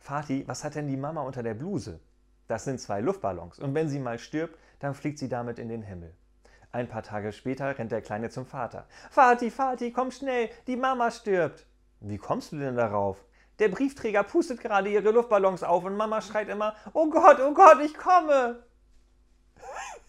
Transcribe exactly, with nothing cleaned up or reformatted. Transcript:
Vati, was hat denn die Mama unter der Bluse? Das sind zwei Luftballons und wenn sie mal stirbt, dann fliegt sie damit in den Himmel. Ein paar Tage später rennt der Kleine zum Vater. Vati, Vati, komm schnell, die Mama stirbt. Wie kommst du denn darauf? Der Briefträger pustet gerade ihre Luftballons auf und Mama schreit immer, oh Gott, oh Gott, ich komme.